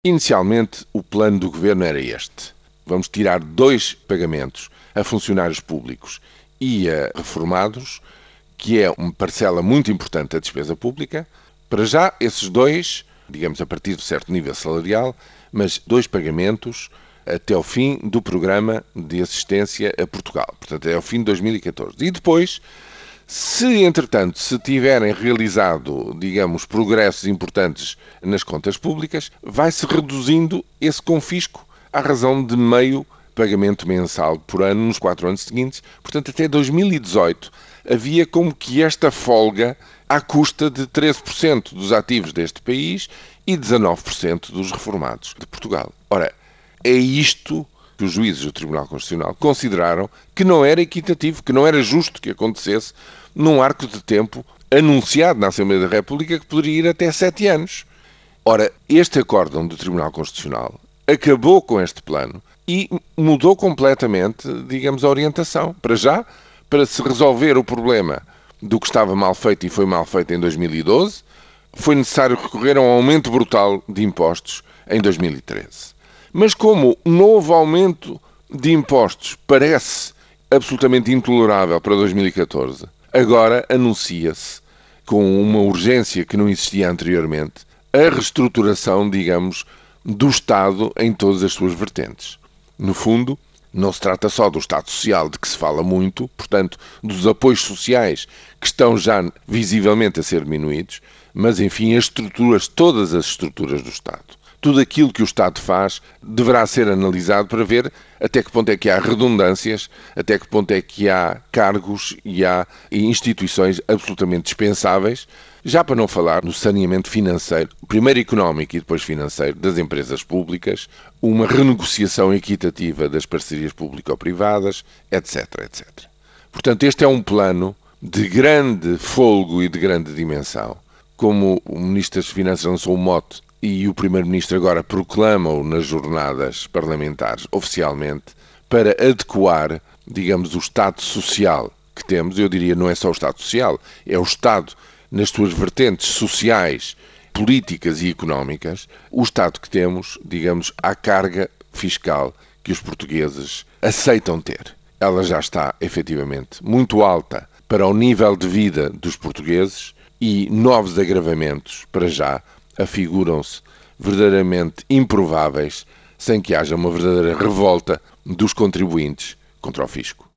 Inicialmente, o plano do governo era este. Vamos tirar 2 pagamentos a funcionários públicos e a reformados, que é uma parcela muito importante da despesa pública. Para já, esses 2, digamos a partir de certo nível salarial, mas 2 pagamentos até ao fim do programa de assistência a Portugal, portanto, até ao fim de 2014. E depois, se entretanto se tiverem realizado, digamos, progressos importantes nas contas públicas, vai-se reduzindo esse confisco à razão de meio pagamento mensal por ano nos 4 anos seguintes. Portanto, até 2018 havia como que esta folga à custa de 13% dos ativos deste país e 19% dos reformados de Portugal. Ora, é isto que os juízes do Tribunal Constitucional consideraram que não era equitativo, que não era justo que acontecesse num arco de tempo anunciado na Assembleia da República que poderia ir até 7 anos. Ora, este acórdão do Tribunal Constitucional acabou com este plano e mudou completamente, digamos, a orientação. Para já, para se resolver o problema do que estava mal feito e foi mal feito em 2012, foi necessário recorrer a um aumento brutal de impostos em 2013. Mas como o novo aumento de impostos parece absolutamente intolerável para 2014, agora anuncia-se, com uma urgência que não existia anteriormente, a reestruturação, digamos, do Estado em todas as suas vertentes. No fundo, não se trata só do Estado Social, de que se fala muito, portanto, dos apoios sociais que estão já visivelmente a ser diminuídos, mas, enfim, as estruturas, todas as estruturas do Estado. Tudo aquilo que o Estado faz deverá ser analisado para ver até que ponto é que há redundâncias, até que ponto é que há cargos e há instituições absolutamente dispensáveis, já para não falar no saneamento financeiro, primeiro económico e depois financeiro, das empresas públicas, uma renegociação equitativa das parcerias público-privadas, etc, etc. Portanto, este é um plano de grande folgo e de grande dimensão. Como o Ministro das Finanças lançou o mote e o Primeiro-Ministro agora proclama-o nas jornadas parlamentares oficialmente, para adequar, digamos, o Estado social que temos, eu diria não é só o Estado social, é o Estado nas suas vertentes sociais, políticas e económicas, o Estado que temos, digamos, à carga fiscal que os portugueses aceitam ter. Ela já está, efetivamente, muito alta para o nível de vida dos portugueses e novos agravamentos, para já, afiguram-se verdadeiramente improváveis sem que haja uma verdadeira revolta dos contribuintes contra o fisco.